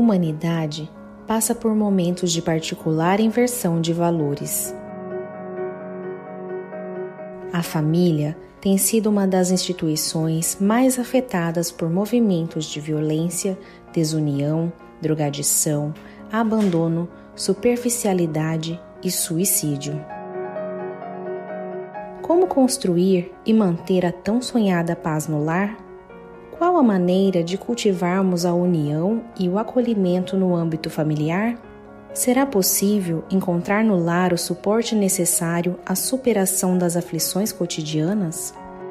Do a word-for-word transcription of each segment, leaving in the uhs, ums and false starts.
humanidade passa por momentos de particular inversão de valores. A família tem sido uma das instituições mais afetadas por movimentos de violência, desunião, drogadição, abandono, superficialidade e suicídio. Como construir e manter a tão sonhada paz no lar? Qual a maneira de cultivarmos a união e o acolhimento no âmbito familiar? Será possível encontrar no lar o suporte necessário à superação das aflições cotidianas?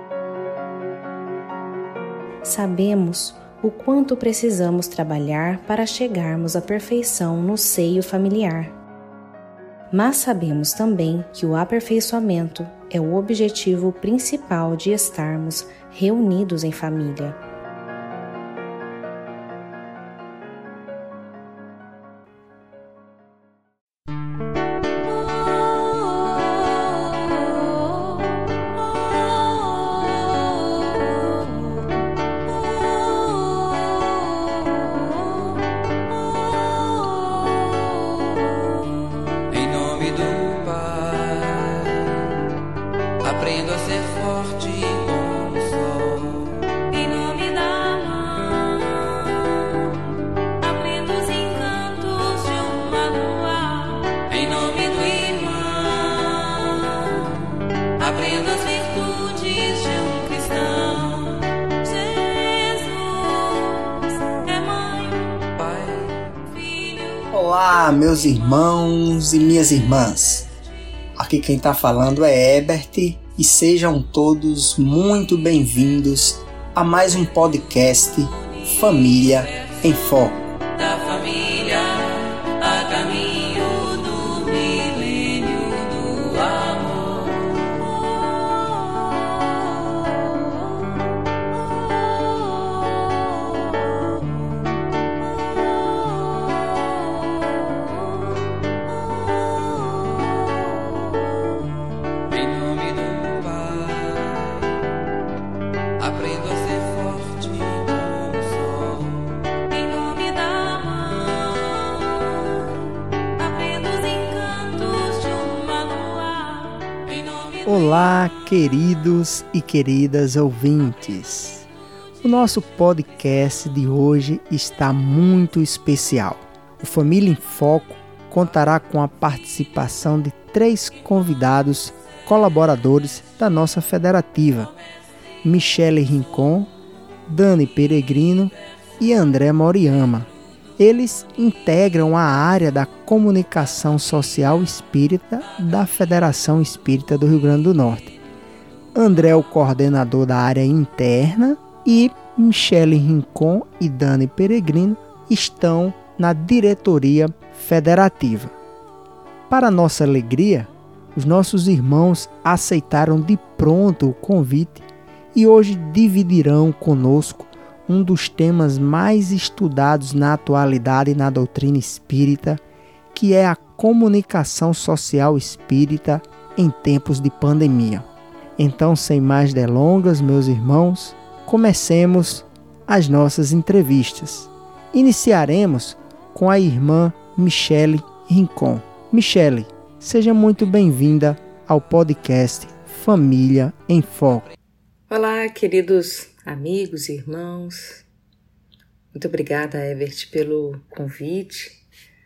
Sabemos o quanto precisamos trabalhar para chegarmos à perfeição no seio familiar. Mas sabemos também que o aperfeiçoamento é o objetivo principal de estarmos reunidos em família. Aprendo a ser forte como o sol. Em nome da mãe, aprendo os encantos de um manual. Em nome do irmão, aprendo as virtudes de um cristão. Jesus é mãe, pai, filho. Olá, meus irmãos e minhas irmãs. Aqui quem está falando é Herbert. E sejam todos muito bem-vindos a mais um podcast Família em Foco. Da família a caminho do milênio do amor. Em nome do aprendo a ser forte como o sol. Em nome da mãe, aprendo os encantos de um manual. Em nome do... Olá, queridos e queridas ouvintes. O nosso podcast de hoje está muito especial. O Família em Foco contará com a participação de três convidados colaboradores da nossa federativa: Michele Rincon, Dani Peregrino e André Moriyama. Eles integram a área da comunicação social espírita da Federação Espírita do Rio Grande do Norte. André é o coordenador da área interna e Michele Rincon e Dani Peregrino estão na diretoria federativa. Para nossa alegria, os nossos irmãos aceitaram de pronto o convite e hoje dividirão conosco um dos temas mais estudados na atualidade na doutrina espírita, que é a comunicação social espírita em tempos de pandemia. Então, sem mais delongas, meus irmãos, comecemos as nossas entrevistas. Iniciaremos com a irmã Michele Rincon. Michele, seja muito bem-vinda ao podcast Família em Foco. Olá, queridos amigos e irmãos. Muito obrigada, Herbert, pelo convite.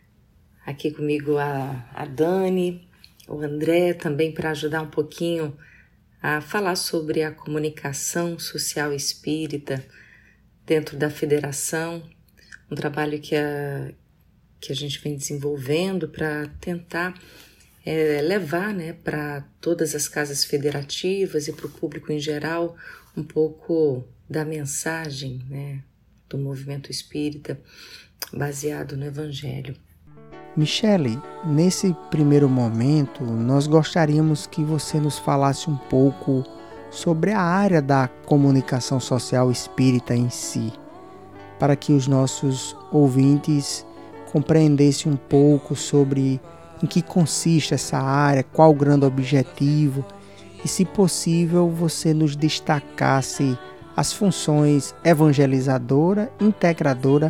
Aqui comigo a, a Dani, o André também para ajudar um pouquinho a falar sobre a comunicação social espírita dentro da federação, um trabalho que a, que a gente vem desenvolvendo para tentar é, levar, né, para todas as casas federativas e para o público em geral um pouco da mensagem, né, do movimento espírita baseado no Evangelho. Michele, nesse primeiro momento, nós gostaríamos que você nos falasse um pouco sobre a área da comunicação social espírita em si, para que os nossos ouvintes compreendessem um pouco sobre em que consiste essa área, qual o grande objetivo e, se possível, você nos destacasse as funções evangelizadora, integradora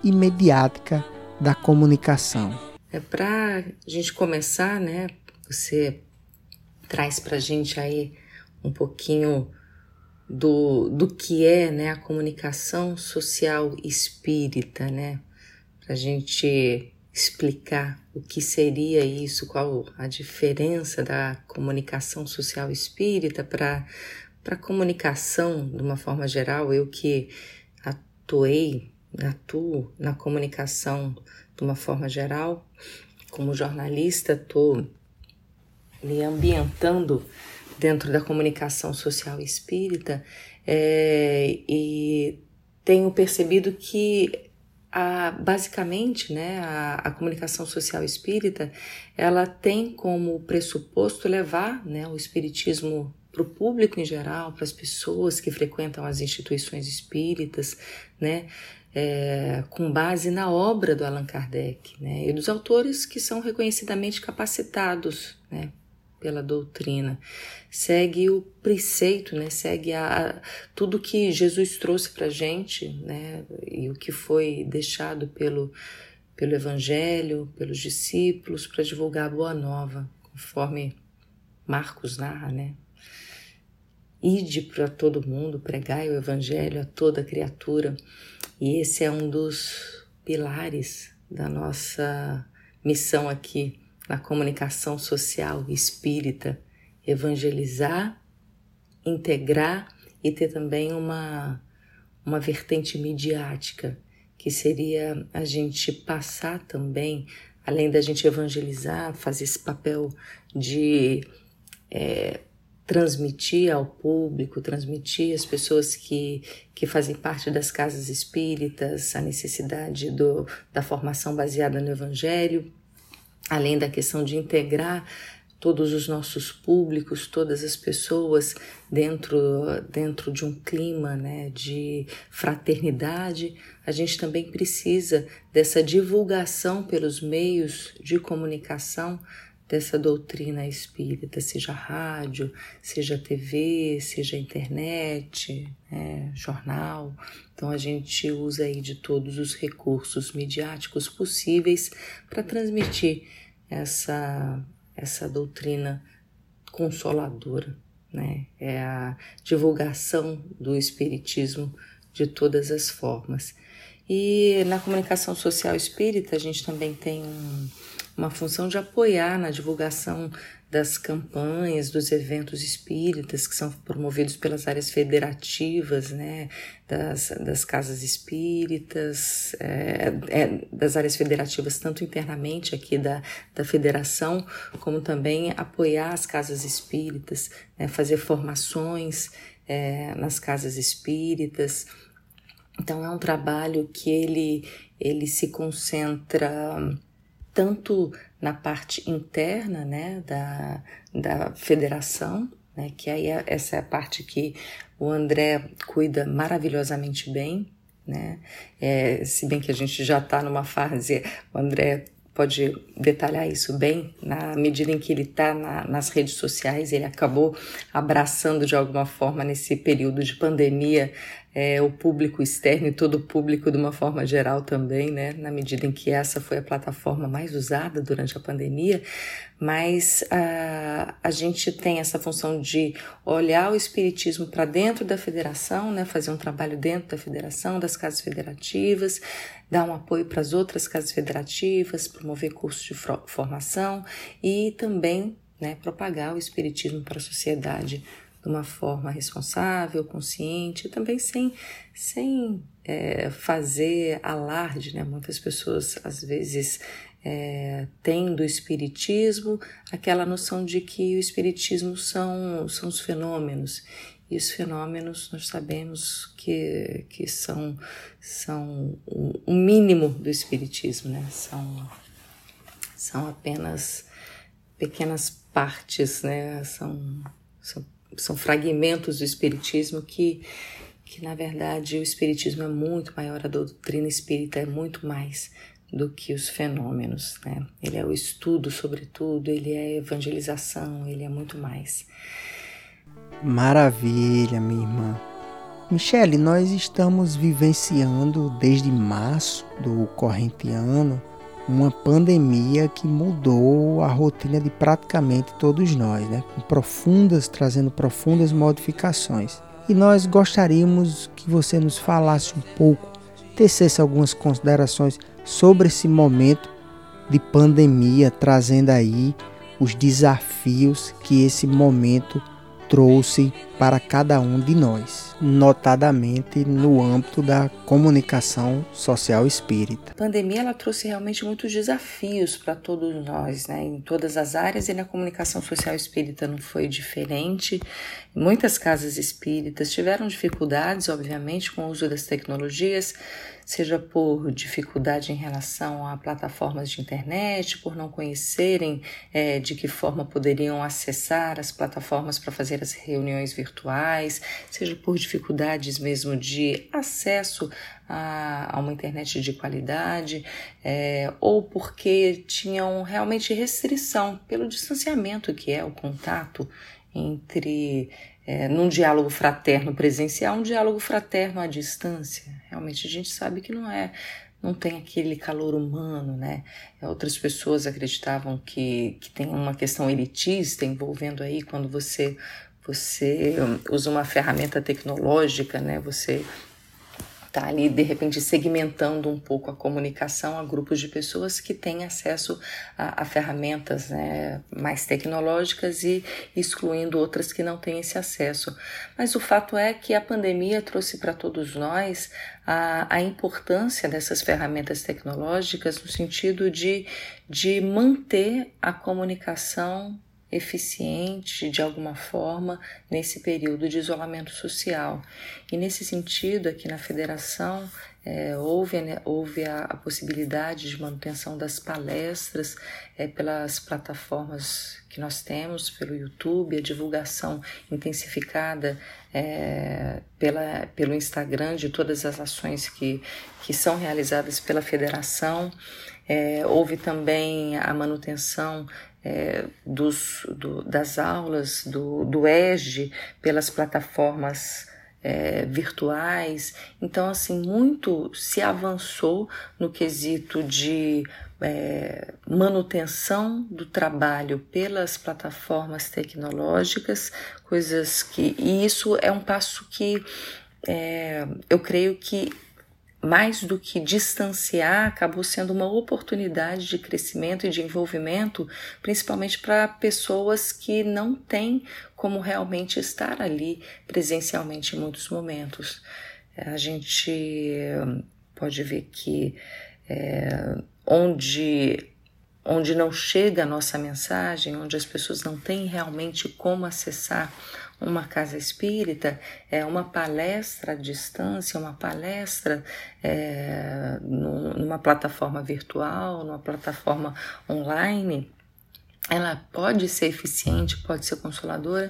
e mediática da comunicação. É para a gente começar, né? Você traz para a gente aí um pouquinho do, do que é, né, a comunicação social espírita, né? Para a gente explicar o que seria isso, qual a diferença da comunicação social espírita para a comunicação de uma forma geral. Eu que atuei, atuo na comunicação de uma forma geral, como jornalista, estou me ambientando dentro da comunicação social espírita, é, e tenho percebido que a, basicamente, né, a, a comunicação social espírita, ela tem como pressuposto levar, né, o espiritismo para o público em geral, para as pessoas que frequentam as instituições espíritas, né, é, com base na obra do Allan Kardec, né, e dos autores que são reconhecidamente capacitados, né, pela doutrina. Segue o preceito, né, segue a, a, tudo que Jesus trouxe para a gente, né, e o que foi deixado pelo, pelo Evangelho, pelos discípulos, para divulgar a Boa Nova, conforme Marcos narra, né? Ide para todo mundo, pregai o Evangelho a toda criatura. E esse é um dos pilares da nossa missão aqui na comunicação social espírita: evangelizar, integrar e ter também uma, uma vertente midiática, que seria a gente passar também, além da gente evangelizar, fazer esse papel de é, transmitir ao público, transmitir às pessoas que, que fazem parte das casas espíritas a necessidade do, da formação baseada no Evangelho, além da questão de integrar todos os nossos públicos, todas as pessoas dentro, dentro de um clima, né, de fraternidade. A gente também precisa dessa divulgação pelos meios de comunicação dessa doutrina espírita, seja rádio, seja T V, seja internet, né, jornal. Então a gente usa aí de todos os recursos midiáticos possíveis para transmitir essa, essa doutrina consoladora, né? É a divulgação do espiritismo de todas as formas. E na comunicação social espírita a gente também tem um, uma função de apoiar na divulgação das campanhas, dos eventos espíritas que são promovidos pelas áreas federativas, né, das, das casas espíritas, é, é, das áreas federativas tanto internamente aqui da, da federação, como também apoiar as casas espíritas, né, fazer formações é, nas casas espíritas. Então é um trabalho que ele, ele se concentra tanto na parte interna, né, da, da federação, né, que aí é, essa é a parte que o André cuida maravilhosamente bem, né, é, se bem que a gente já está numa fase, o André pode detalhar isso bem, na medida em que ele está na, nas redes sociais, ele acabou abraçando de alguma forma nesse período de pandemia é, o público externo e todo o público de uma forma geral também, né? Na medida em que essa foi a plataforma mais usada durante a pandemia, mas a, a gente tem essa função de olhar o espiritismo para dentro da federação, né? Fazer um trabalho dentro da federação, das casas federativas, dar um apoio para as outras casas federativas, promover cursos de formação e também, né, propagar o espiritismo para a sociedade de uma forma responsável, consciente, e também sem, sem é, fazer alarde, né? Muitas pessoas, às vezes, é, têm do espiritismo aquela noção de que o espiritismo são, são os fenômenos. E os fenômenos, nós sabemos que, que são, são o mínimo do espiritismo, né? São, são apenas pequenas partes, né? São, são, são fragmentos do espiritismo que, que, na verdade, o espiritismo é muito maior, a doutrina espírita é muito mais do que os fenômenos, né? Ele é o estudo sobre tudo, ele é evangelização, ele é muito mais. Maravilha, minha irmã. Michele, nós estamos vivenciando desde março do corrente ano uma pandemia que mudou a rotina de praticamente todos nós, né? Com profundas, trazendo profundas modificações. E nós gostaríamos que você nos falasse um pouco, tecesse algumas considerações sobre esse momento de pandemia, trazendo aí os desafios que esse momento trouxe para cada um de nós, notadamente no âmbito da comunicação social espírita. A pandemia ela trouxe realmente muitos desafios para todos nós, né? Em todas as áreas, e na comunicação social espírita não foi diferente. Muitas casas espíritas tiveram dificuldades, obviamente, com o uso das tecnologias, seja por dificuldade em relação a plataformas de internet, por não conhecerem é, de que forma poderiam acessar as plataformas para fazer as reuniões virtuais, seja por dificuldades mesmo de acesso a, a uma internet de qualidade, é, ou porque tinham realmente restrição pelo distanciamento que é o contato entre, é, num diálogo fraterno presencial, um diálogo fraterno à distância. Realmente a gente sabe que não é, não tem aquele calor humano, né? Outras pessoas acreditavam que, que tem uma questão elitista envolvendo aí quando você, você usa uma ferramenta tecnológica, né? Você está ali, de repente, segmentando um pouco a comunicação a grupos de pessoas que têm acesso a, a ferramentas, né, mais tecnológicas e excluindo outras que não têm esse acesso. Mas o fato é que a pandemia trouxe para todos nós a, a importância dessas ferramentas tecnológicas no sentido de, de manter a comunicação eficiente de alguma forma nesse período de isolamento social. E nesse sentido, aqui na Federação, é, houve, né, houve a, a possibilidade de manutenção das palestras é, pelas plataformas que nós temos, pelo YouTube, a divulgação intensificada é, pela, pelo Instagram de todas as ações que, que são realizadas pela Federação. É, houve também a manutenção É, dos, do, das aulas do, do E G pelas plataformas é, virtuais. Então, assim, muito se avançou no quesito de é, manutenção do trabalho pelas plataformas tecnológicas, coisas que... E isso é um passo que é, eu creio que mais do que distanciar, acabou sendo uma oportunidade de crescimento e de envolvimento, principalmente para pessoas que não têm como realmente estar ali presencialmente em muitos momentos. A gente pode ver que é, onde, onde não chega a nossa mensagem, onde as pessoas não têm realmente como acessar uma casa espírita, é uma palestra à distância, uma palestra é, numa plataforma virtual, numa plataforma online, ela pode ser eficiente, pode ser consoladora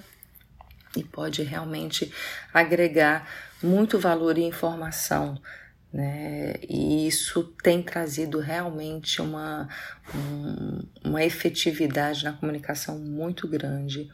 e pode realmente agregar muito valor e informação, né? E isso tem trazido realmente uma, um, uma efetividade na comunicação muito grande.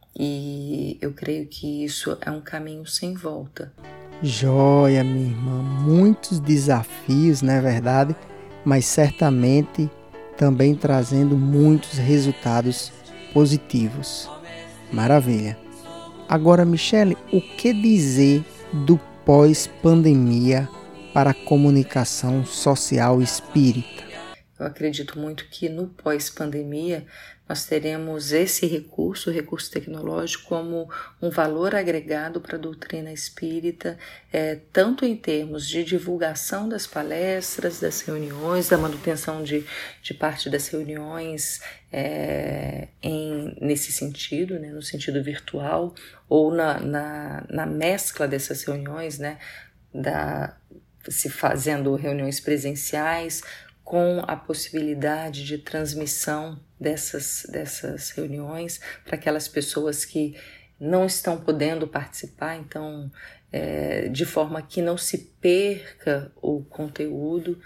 E eu creio que isso é um caminho sem volta. Joia, minha irmã. Muitos desafios, não é verdade? Mas certamente também trazendo muitos resultados positivos. Maravilha. Agora, Michele, o que dizer do pós-pandemia para a comunicação social espírita? Eu acredito muito que no pós-pandemia nós teremos esse recurso, o recurso tecnológico, como um valor agregado para a doutrina espírita, é, tanto em termos de divulgação das palestras, das reuniões, da manutenção de, de parte das reuniões é, em, nesse sentido, né, no sentido virtual, ou na, na, na mescla dessas reuniões, né, da, se fazendo reuniões presenciais, com a possibilidade de transmissão dessas, dessas reuniões para aquelas pessoas que não estão podendo participar, então, é, de forma que não se perca o conteúdo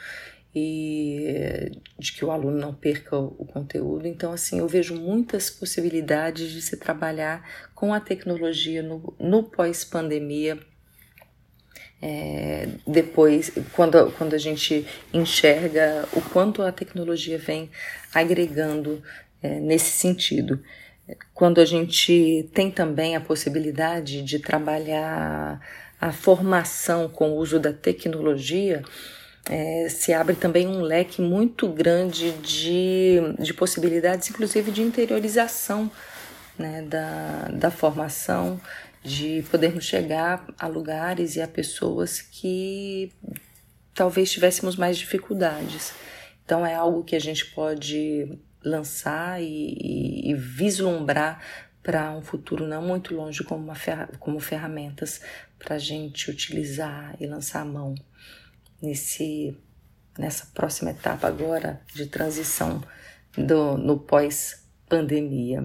e de que o aluno não perca o, o conteúdo. Então, assim, eu vejo muitas possibilidades de se trabalhar com a tecnologia no, no pós-pandemia é, depois, quando, quando a gente enxerga o quanto a tecnologia vem agregando é, nesse sentido. Quando a gente tem também a possibilidade de trabalhar a formação com o uso da tecnologia, é, se abre também um leque muito grande de, de possibilidades, inclusive de interiorização, né, da, da formação, de podermos chegar a lugares e a pessoas que talvez tivéssemos mais dificuldades. Então é algo que a gente pode lançar e, e, e vislumbrar para um futuro não muito longe como, uma ferra, como ferramentas para a gente utilizar e lançar a mão nesse, nessa próxima etapa agora de transição do, no pós-pandemia.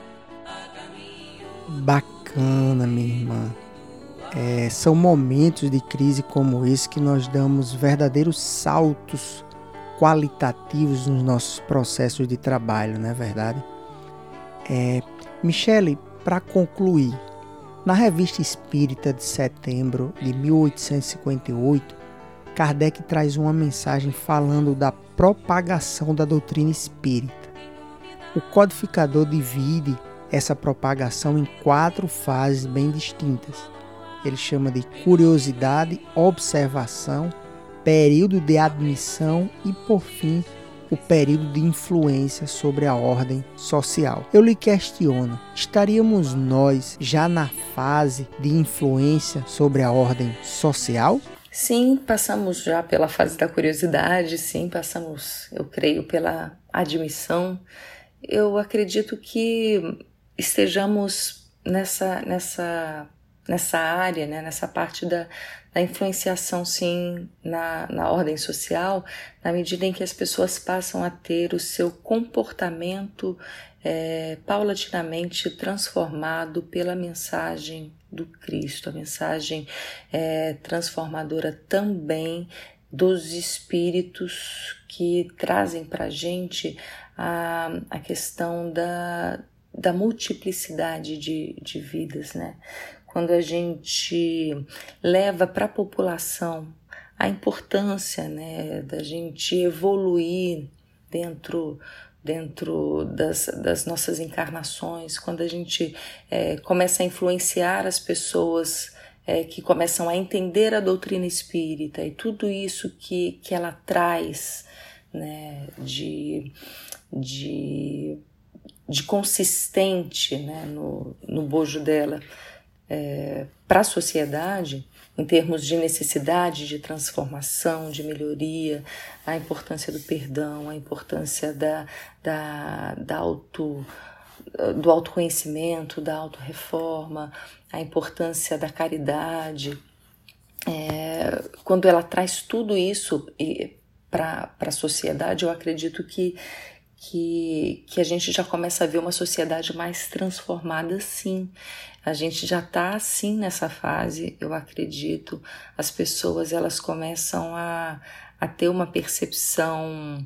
Bacana, minha irmã. É, são momentos de crise como esse que nós damos verdadeiros saltos qualitativos nos nossos processos de trabalho, não é verdade? É, Michele, para concluir, na Revista Espírita de setembro de mil oitocentos e cinquenta e oito, Kardec traz uma mensagem falando da propagação da doutrina espírita. O codificador divide essa propagação em quatro fases bem distintas. Ele chama de curiosidade, observação, período de admissão e, por fim, o período de influência sobre a ordem social. Eu lhe questiono, estaríamos nós já na fase de influência sobre a ordem social? Sim, passamos já pela fase da curiosidade, sim, passamos, eu creio, pela admissão. Eu acredito que estejamos nessa, nessa, nessa área, né, nessa parte da, da influenciação, sim, na, na ordem social, na medida em que as pessoas passam a ter o seu comportamento é, paulatinamente transformado pela mensagem do Cristo, a mensagem é, transformadora também dos espíritos que trazem para a gente a, a questão da, da multiplicidade de, de vidas, né? Quando a gente leva para a população a importância, né, da gente evoluir dentro, dentro das, das nossas encarnações, quando a gente é, começa a influenciar as pessoas é, que começam a entender a doutrina espírita e tudo isso que, que ela traz, né, de, de, de consistente, né, no, no bojo dela, É, para a sociedade, em termos de necessidade de transformação, de melhoria, a importância do perdão, a importância da, da, da auto, do autoconhecimento, da autorreforma, a importância da caridade. É, quando ela traz tudo isso para a sociedade, eu acredito que Que, que a gente já começa a ver uma sociedade mais transformada, sim. A gente já está assim nessa fase, eu acredito. As pessoas elas começam a, a ter uma percepção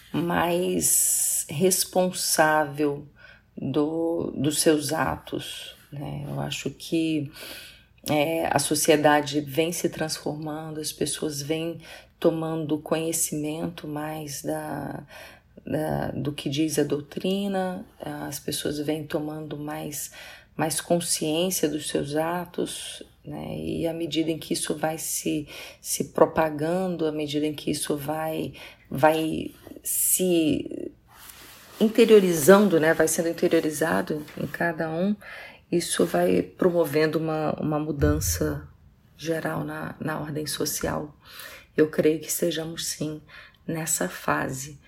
mais responsável do, dos seus atos, né? Eu acho que é, a sociedade vem se transformando, as pessoas vêm tomando conhecimento mais da... Da, do que diz a doutrina, as pessoas vêm tomando mais, mais consciência dos seus atos, né? E à medida em que isso vai se, se propagando, à medida em que isso vai, vai se interiorizando, né? Vai sendo interiorizado em cada um, isso vai promovendo uma, uma mudança geral na, na ordem social. Eu creio que estejamos sim nessa fase.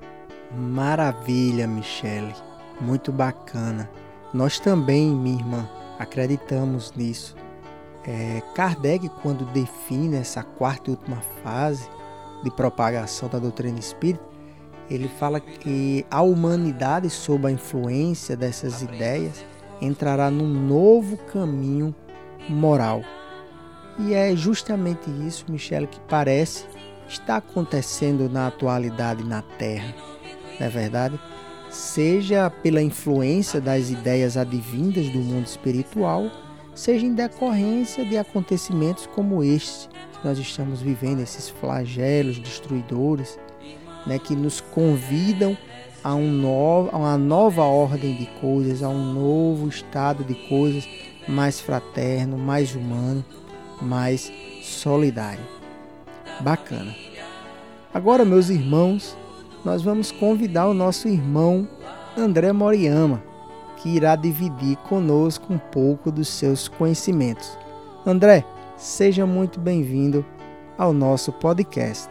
Maravilha, Michele, muito bacana. Nós também, minha irmã, acreditamos nisso. É, Kardec, quando define essa quarta e última fase de propagação da doutrina espírita, ele fala que a humanidade, sob a influência dessas ideias, entrará num novo caminho moral. E é justamente isso, Michele, que parece estar acontecendo na atualidade na Terra. Não é verdade? Seja pela influência das ideias advindas do mundo espiritual, seja em decorrência de acontecimentos como este que nós estamos vivendo, esses flagelos destruidores, né, que nos convidam a, um no, a uma nova ordem de coisas, a um novo estado de coisas mais fraterno, mais humano, mais solidário. Bacana. Agora, meus irmãos, nós vamos convidar o nosso irmão André Moriyama, que irá dividir conosco um pouco dos seus conhecimentos. André, seja muito bem-vindo ao nosso podcast.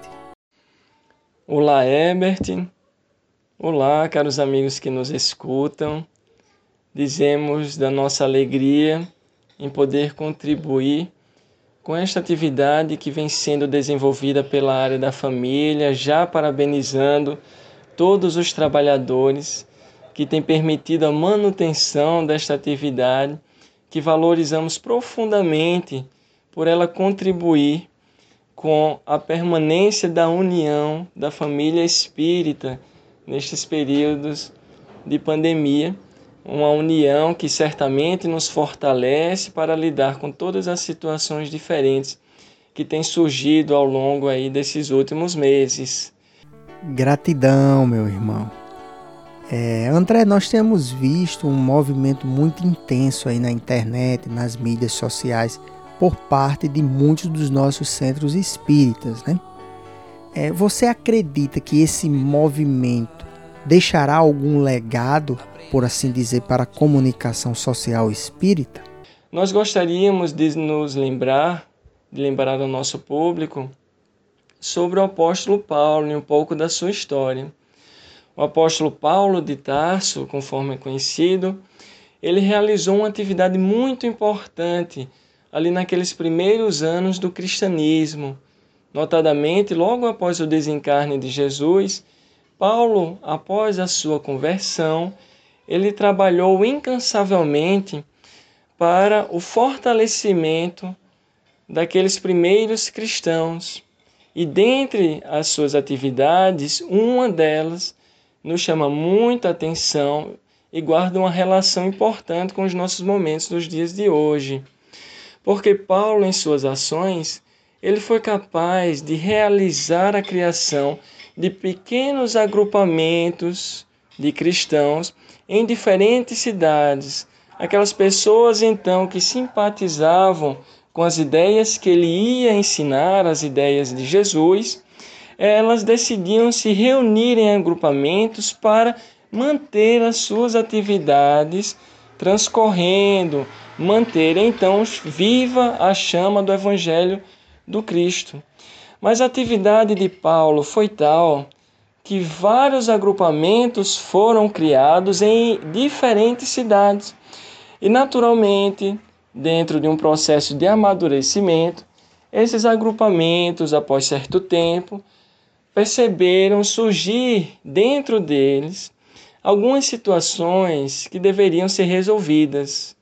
Olá, Herbert. Olá, caros amigos que nos escutam. Dizemos da nossa alegria em poder contribuir com esta atividade que vem sendo desenvolvida pela área da família, já parabenizando todos os trabalhadores que têm permitido a manutenção desta atividade, que valorizamos profundamente por ela contribuir com a permanência da união da família espírita nestes períodos de pandemia, uma união que certamente nos fortalece para lidar com todas as situações diferentes que têm surgido ao longo aí desses últimos meses. Gratidão, meu irmão. É, André, nós temos visto um movimento muito intenso aí na internet, nas mídias sociais, por parte de muitos dos nossos centros espíritas, né? É, você acredita que esse movimento deixará algum legado, por assim dizer, para a comunicação social espírita? Nós gostaríamos de nos lembrar, de lembrar ao nosso público, sobre o apóstolo Paulo e um pouco da sua história. O apóstolo Paulo de Tarso, conforme é conhecido, ele realizou uma atividade muito importante ali naqueles primeiros anos do cristianismo. Notadamente, logo após o desencarne de Jesus, Paulo, após a sua conversão, ele trabalhou incansavelmente para o fortalecimento daqueles primeiros cristãos. E dentre as suas atividades, uma delas nos chama muita atenção e guarda uma relação importante com os nossos momentos dos dias de hoje. Porque Paulo, em suas ações, ele foi capaz de realizar a criação de pequenos agrupamentos de cristãos em diferentes cidades. Aquelas pessoas, então, que simpatizavam com as ideias que ele ia ensinar, as ideias de Jesus, elas decidiam se reunir em agrupamentos para manter as suas atividades transcorrendo, manter então viva a chama do Evangelho do Cristo. Mas a atividade de Paulo foi tal que vários agrupamentos foram criados em diferentes cidades. E naturalmente, dentro de um processo de amadurecimento, esses agrupamentos, após certo tempo, perceberam surgir dentro deles algumas situações que deveriam ser resolvidas.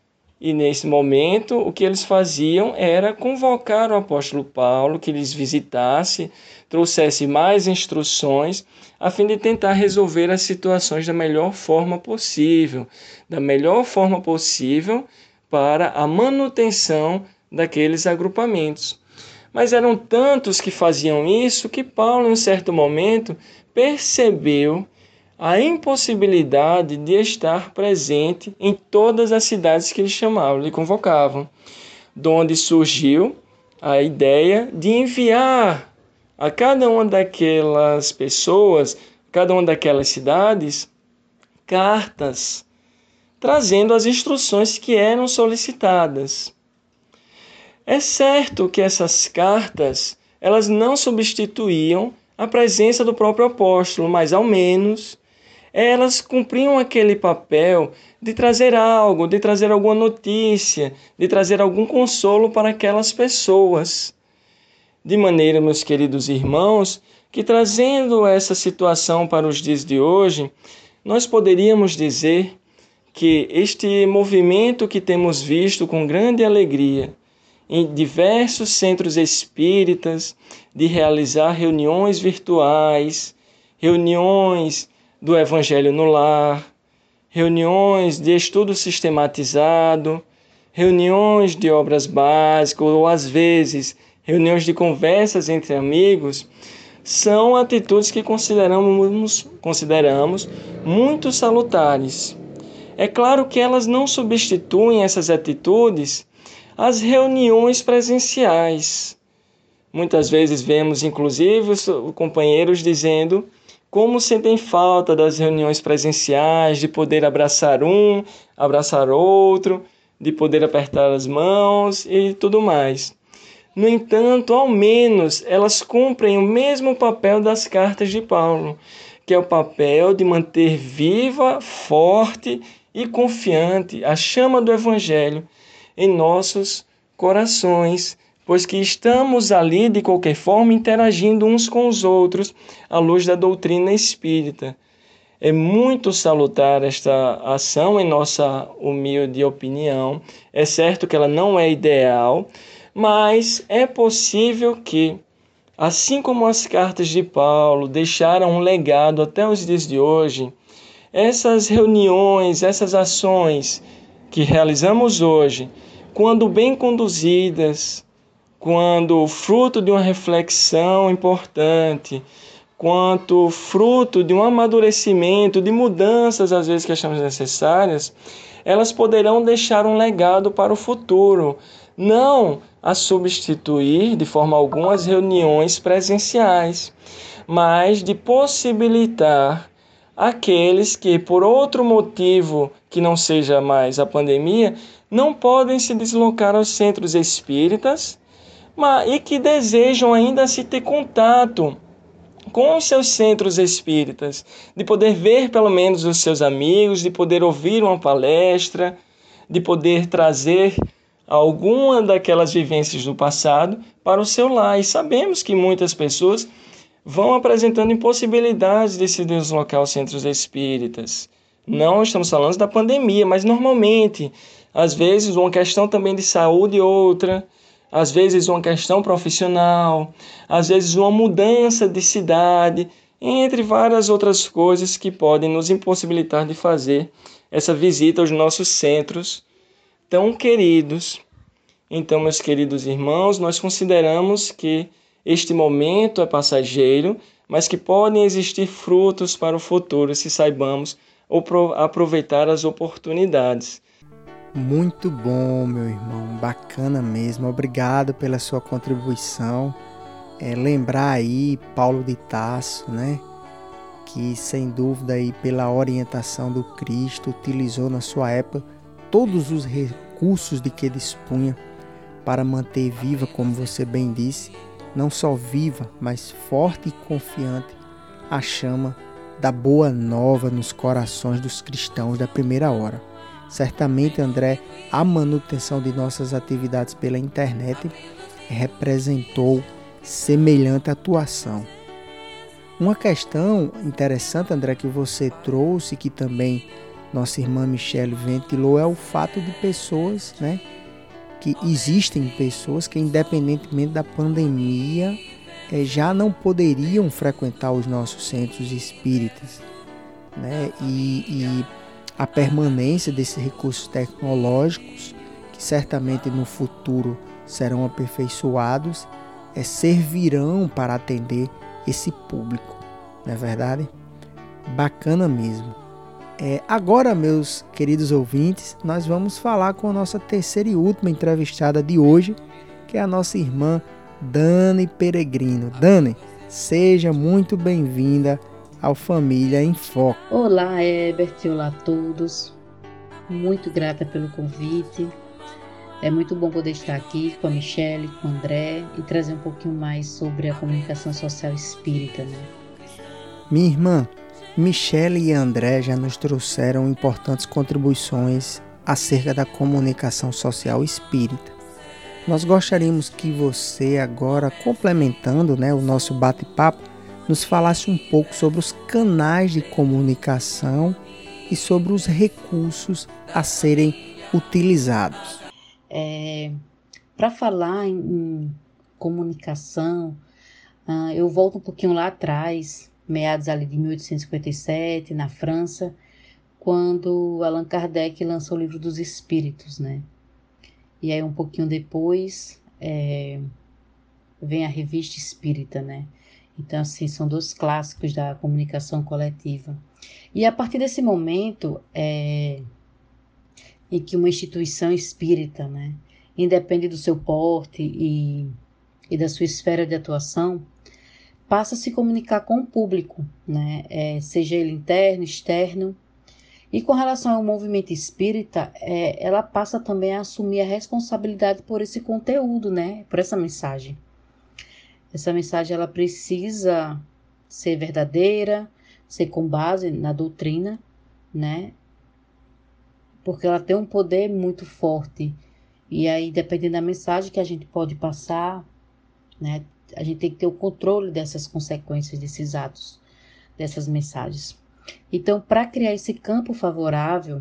E nesse momento, o que eles faziam era convocar o apóstolo Paulo, que lhes visitasse, trouxesse mais instruções, a fim de tentar resolver as situações da melhor forma possível, da melhor forma possível para a manutenção daqueles agrupamentos. Mas eram tantos que faziam isso que Paulo, em um certo momento, percebeu a impossibilidade de estar presente em todas as cidades que lhe chamavam, lhe convocavam, donde surgiu a ideia de enviar a cada uma daquelas pessoas, cada uma daquelas cidades, cartas, trazendo as instruções que eram solicitadas. É certo que essas cartas, elas não substituíam a presença do próprio apóstolo, mas ao menos elas cumpriam aquele papel de trazer algo, de trazer alguma notícia, de trazer algum consolo para aquelas pessoas. De maneira, meus queridos irmãos, que trazendo essa situação para os dias de hoje, nós poderíamos dizer que este movimento que temos visto com grande alegria em diversos centros espíritas, de realizar reuniões virtuais, reuniões do Evangelho no Lar, reuniões de estudo sistematizado, reuniões de obras básicas ou, às vezes, reuniões de conversas entre amigos, são atitudes que consideramos, consideramos muito salutares. É claro que elas não substituem essas atitudes às reuniões presenciais. Muitas vezes vemos, inclusive, os companheiros dizendo como sentem falta das reuniões presenciais, de poder abraçar um, abraçar outro, de poder apertar as mãos e tudo mais. No entanto, ao menos elas cumprem o mesmo papel das cartas de Paulo, que é o papel de manter viva, forte e confiante a chama do Evangelho em nossos corações, pois que estamos ali, de qualquer forma, interagindo uns com os outros à luz da doutrina espírita. É muito salutar esta ação, em nossa humilde opinião. É certo que ela não é ideal, mas é possível que, assim como as cartas de Paulo deixaram um legado até os dias de hoje, essas reuniões, essas ações que realizamos hoje, quando bem conduzidas, quando fruto de uma reflexão importante, quanto fruto de um amadurecimento, de mudanças às vezes que achamos necessárias, elas poderão deixar um legado para o futuro, não a substituir de forma alguma as reuniões presenciais, mas de possibilitar aqueles que, por outro motivo que não seja mais a pandemia, não podem se deslocar aos centros espíritas, mas, e que desejam ainda se ter contato com os seus centros espíritas, de poder ver pelo menos os seus amigos, de poder ouvir uma palestra, de poder trazer alguma daquelas vivências do passado para o seu lar. E sabemos que muitas pessoas vão apresentando impossibilidades de se deslocar aos centros espíritas. Não estamos falando da pandemia, mas normalmente, às vezes uma questão também de saúde e outra, às vezes uma questão profissional, às vezes uma mudança de cidade, entre várias outras coisas que podem nos impossibilitar de fazer essa visita aos nossos centros tão queridos. Então, meus queridos irmãos, nós consideramos que este momento é passageiro, mas que podem existir frutos para o futuro se saibamos aproveitar as oportunidades. Muito bom, meu irmão, bacana mesmo. Obrigado pela sua contribuição. É, lembrar aí Paulo de Tarso, né? Que sem dúvida aí pela orientação do Cristo utilizou na sua época todos os recursos de que dispunha para manter viva, como você bem disse, não só viva, mas forte e confiante a chama da boa nova nos corações dos cristãos da primeira hora. Certamente, André, a manutenção de nossas atividades pela internet representou semelhante atuação. Uma questão interessante, André, que você trouxe, que também nossa irmã Michele ventilou, é o fato de pessoas, né, que existem pessoas que, independentemente da pandemia, já não poderiam frequentar os nossos centros espíritas, né, e, e a permanência desses recursos tecnológicos, que certamente no futuro serão aperfeiçoados, é, servirão para atender esse público, não é verdade? Bacana mesmo. É, agora, meus queridos ouvintes, nós vamos falar com a nossa terceira e última entrevistada de hoje, que é a nossa irmã Dani Peregrino. Dani, seja muito bem-vinda ao Família em Foco. Olá, Herbert, olá a todos. Muito grata pelo convite. É muito bom poder estar aqui com a Michele, com o André e trazer um pouquinho mais sobre a comunicação social espírita, né? Minha irmã, Michele e André já nos trouxeram importantes contribuições acerca da comunicação social espírita. Nós gostaríamos que você agora, complementando, né, o nosso bate-papo, nos falasse um pouco sobre os canais de comunicação e sobre os recursos a serem utilizados. É, para falar em, em comunicação, uh, eu volto um pouquinho lá atrás, meados ali de mil oitocentos e cinquenta e sete, na França, quando Allan Kardec lançou o Livro dos Espíritos, né? E aí um pouquinho depois é, vem a Revista Espírita, né? Então, assim, são dois clássicos da comunicação coletiva. E a partir desse momento, é, em que uma instituição espírita, né, independe do seu porte e, e da sua esfera de atuação, passa a se comunicar com o público, né, é, seja ele interno, externo. E com relação ao movimento espírita, é, ela passa também a assumir a responsabilidade por esse conteúdo, né, por essa mensagem. Essa mensagem ela precisa ser verdadeira, ser com base na doutrina, né? Porque ela tem um poder muito forte. E aí, dependendo da mensagem que a gente pode passar, né? A gente tem que ter o controle dessas consequências, desses atos, dessas mensagens. Então, para criar esse campo favorável,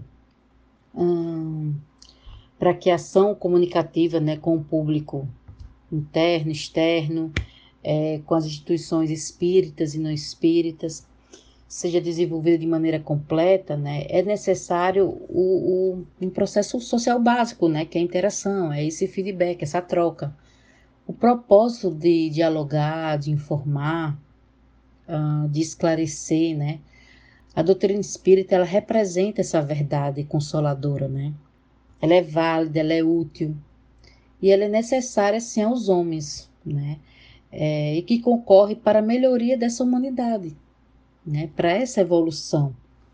hum, para que a ação comunicativa, né, com o público interno, externo, é, com as instituições espíritas e não espíritas, seja desenvolvida de maneira completa, né, é necessário o, o, um processo social básico, né, que é a interação, é esse feedback, essa troca. O propósito de dialogar, de informar, uh, de esclarecer, né, a doutrina espírita, ela representa essa verdade consoladora, né, ela é válida, ela é útil, e ela é necessária, sim, aos homens, né, é, e que concorre para a melhoria dessa humanidade, né, para essa evolução.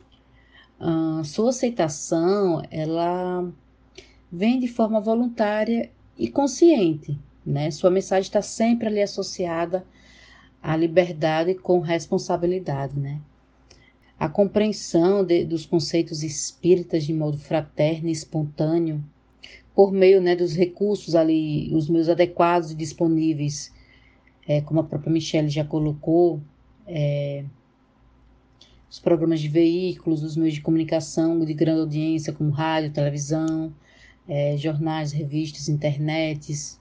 Uh, sua aceitação, ela vem de forma voluntária e consciente, né, sua mensagem está sempre ali associada à liberdade com responsabilidade, né. A compreensão de, dos conceitos espíritas de modo fraterno e espontâneo, por meio, né, dos recursos ali, os meus adequados e disponíveis, é, como a própria Michele já colocou, é, os programas de veículos, os meios de comunicação de grande audiência, como rádio, televisão, é, jornais, revistas, internets.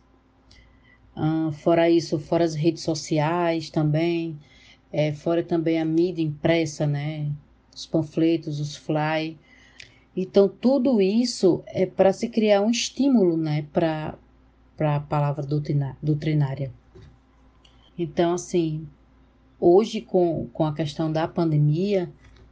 Ah, fora isso, fora as redes sociais também, é, fora também a mídia impressa, né, os panfletos, os flyers. Então, tudo isso é para se criar um estímulo, né, para a palavra doutrina, doutrinária. Então, assim, hoje com, com a questão da pandemia,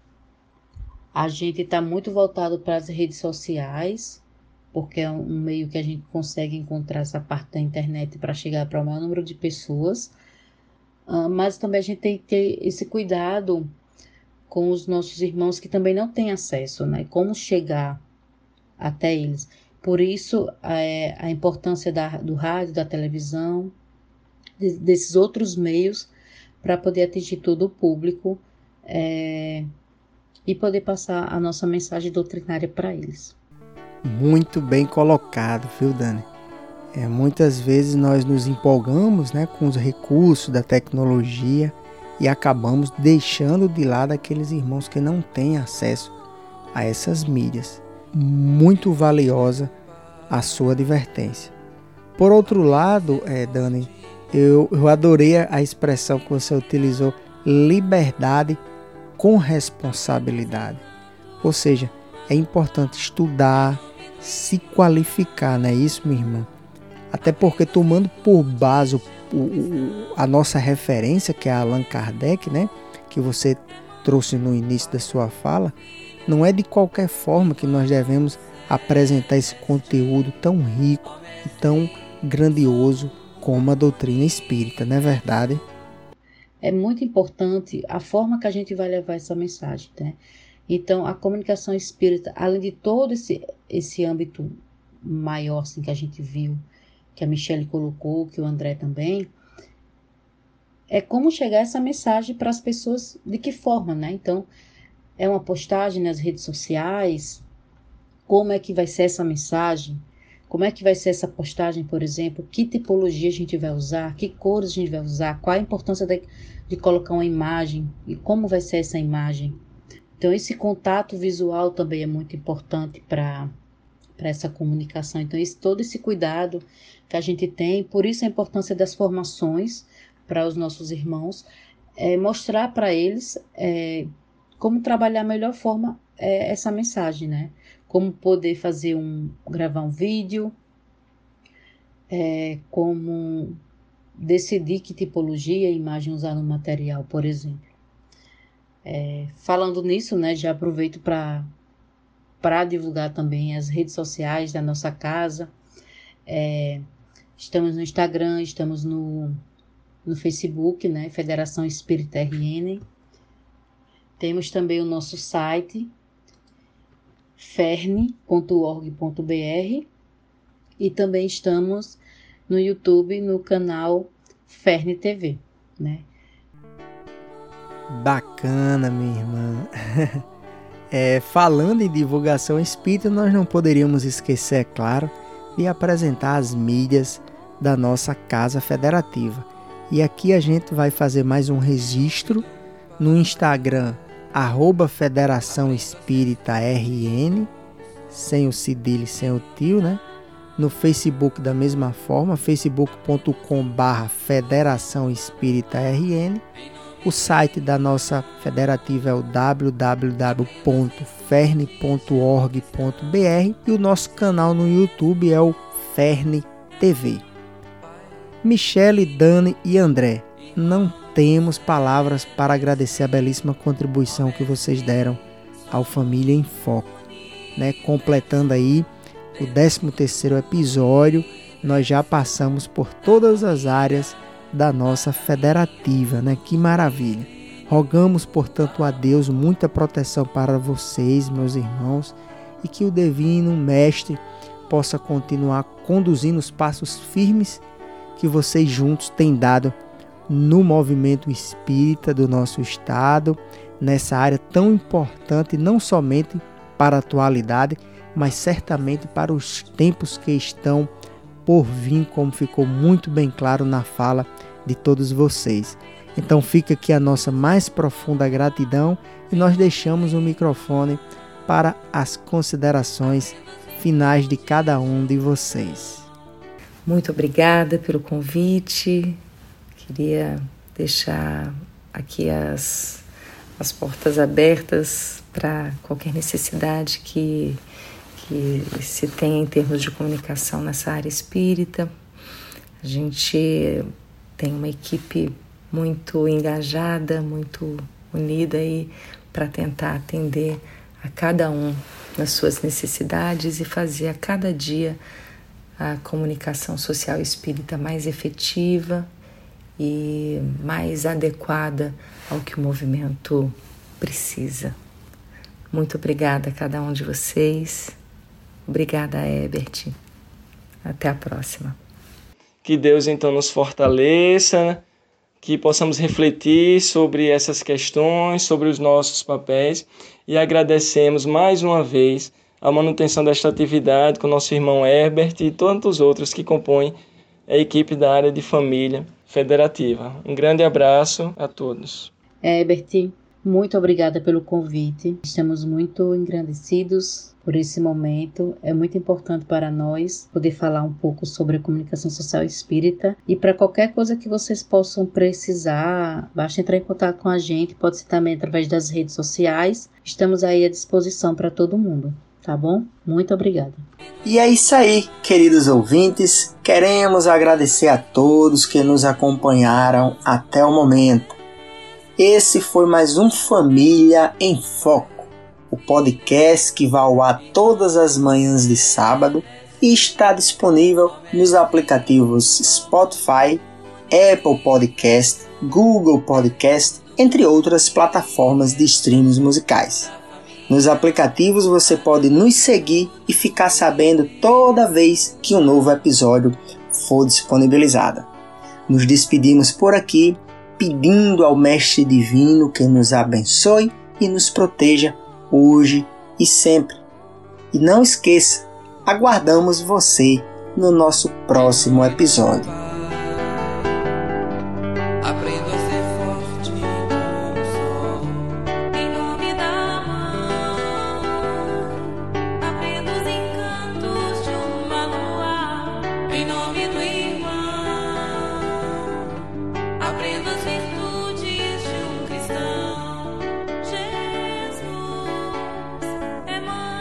a gente está muito voltado para as redes sociais, porque é um meio que a gente consegue encontrar essa parte da internet para chegar para o maior número de pessoas, uh, mas também a gente tem que ter esse cuidado com os nossos irmãos que também não têm acesso, né? Como chegar até eles. Por isso, é, a importância da, do rádio, da televisão, de, desses outros meios, para poder atingir todo o público é, e poder passar a nossa mensagem doutrinária para eles. Muito bem colocado, viu, Dani? É, muitas vezes nós nos empolgamos, né, com os recursos da tecnologia e acabamos deixando de lado aqueles irmãos que não têm acesso a essas mídias. Muito valiosa a sua advertência. Por outro lado, é, Dani, eu, eu adorei a expressão que você utilizou, liberdade com responsabilidade. Ou seja, é importante estudar, se qualificar, não é isso, minha irmã? Até porque, tomando por base o, o, a nossa referência, que é Allan Kardec, né, que você trouxe no início da sua fala, não é de qualquer forma que nós devemos apresentar esse conteúdo tão rico e tão grandioso como a doutrina espírita, não é verdade? É muito importante a forma que a gente vai levar essa mensagem, né? Então, a comunicação espírita, além de todo esse, esse âmbito maior assim, que a gente viu, que a Michele colocou, que o André também, é como chegar essa mensagem para as pessoas, de que forma, né? Então, é uma postagem nas redes sociais, como é que vai ser essa mensagem, como é que vai ser essa postagem, por exemplo, que tipologia a gente vai usar, que cores a gente vai usar, qual a importância de, de colocar uma imagem e como vai ser essa imagem. Então, esse contato visual também é muito importante para para essa comunicação. Então, esse, todo esse cuidado que a gente tem, por isso a importância das formações para os nossos irmãos, é mostrar para eles é, como trabalhar a melhor forma é, essa mensagem, né? Como poder fazer um, gravar um vídeo, é, como decidir que tipologia e imagem usar no material, por exemplo. É, falando nisso, né, já aproveito para para divulgar também as redes sociais da nossa casa. É, estamos no Instagram, estamos no, no Facebook, né, Federação Espírita R N. Temos também o nosso site, ferne ponto org ponto br, e também estamos no YouTube, no canal Ferne T V, né? Bacana, minha irmã. É, falando em divulgação espírita, nós não poderíamos esquecer, é claro, de apresentar as mídias da nossa Casa Federativa. E aqui a gente vai fazer mais um registro no Instagram, arroba Federação Espírita R N, sem o cedilho, sem o tio, né? No Facebook da mesma forma, facebook ponto com barra Federação Espírita R N. O site da nossa federativa é o w w w ponto ferne ponto org ponto br e o nosso canal no YouTube é o Ferne T V. Michele, Dani e André, não temos palavras para agradecer a belíssima contribuição que vocês deram ao Família em Foco, né? Completando aí o décimo terceiro episódio, nós já passamos por todas as áreas da nossa federativa, né? Que maravilha! Rogamos, portanto, a Deus muita proteção para vocês, meus irmãos, e que o Divino Mestre possa continuar conduzindo os passos firmes que vocês juntos têm dado no movimento espírita do nosso estado, nessa área tão importante, não somente para a atualidade, mas certamente para os tempos que estão por vir, como ficou muito bem claro na fala de todos vocês. Então fica aqui a nossa mais profunda gratidão e nós deixamos o microfone para as considerações finais de cada um de vocês. Muito obrigada pelo convite. Queria deixar aqui as, as portas abertas para qualquer necessidade que, que se tenha em termos de comunicação nessa área espírita. A gente tem uma equipe muito engajada, muito unida aí para tentar atender a cada um nas suas necessidades e fazer a cada dia a comunicação social espírita mais efetiva e mais adequada ao que o movimento precisa. Muito obrigada a cada um de vocês. Obrigada, Herbert. Até a próxima. Que Deus então nos fortaleça, que possamos refletir sobre essas questões, sobre os nossos papéis, e agradecemos mais uma vez a manutenção desta atividade com nosso irmão Herbert e tantos outros que compõem a equipe da área de família federativa. Um grande abraço a todos. Herbert, muito obrigada pelo convite. Estamos muito engrandecidos por esse momento. É muito importante para nós poder falar um pouco sobre a comunicação social espírita. E para qualquer coisa que vocês possam precisar, basta entrar em contato com a gente. Pode ser também através das redes sociais. Estamos aí à disposição para todo mundo. Tá bom? Muito obrigada. E é isso aí, queridos ouvintes. Queremos agradecer a todos que nos acompanharam até o momento. Esse foi mais um Família em Foco, o podcast que vai ao ar todas as manhãs de sábado e está disponível nos aplicativos Spotify, Apple Podcast, Google Podcast, entre outras plataformas de streams musicais. Nos aplicativos você pode nos seguir e ficar sabendo toda vez que um novo episódio for disponibilizado. Nos despedimos por aqui, pedindo ao Mestre Divino que nos abençoe e nos proteja hoje e sempre. E não esqueça, aguardamos você no nosso próximo episódio.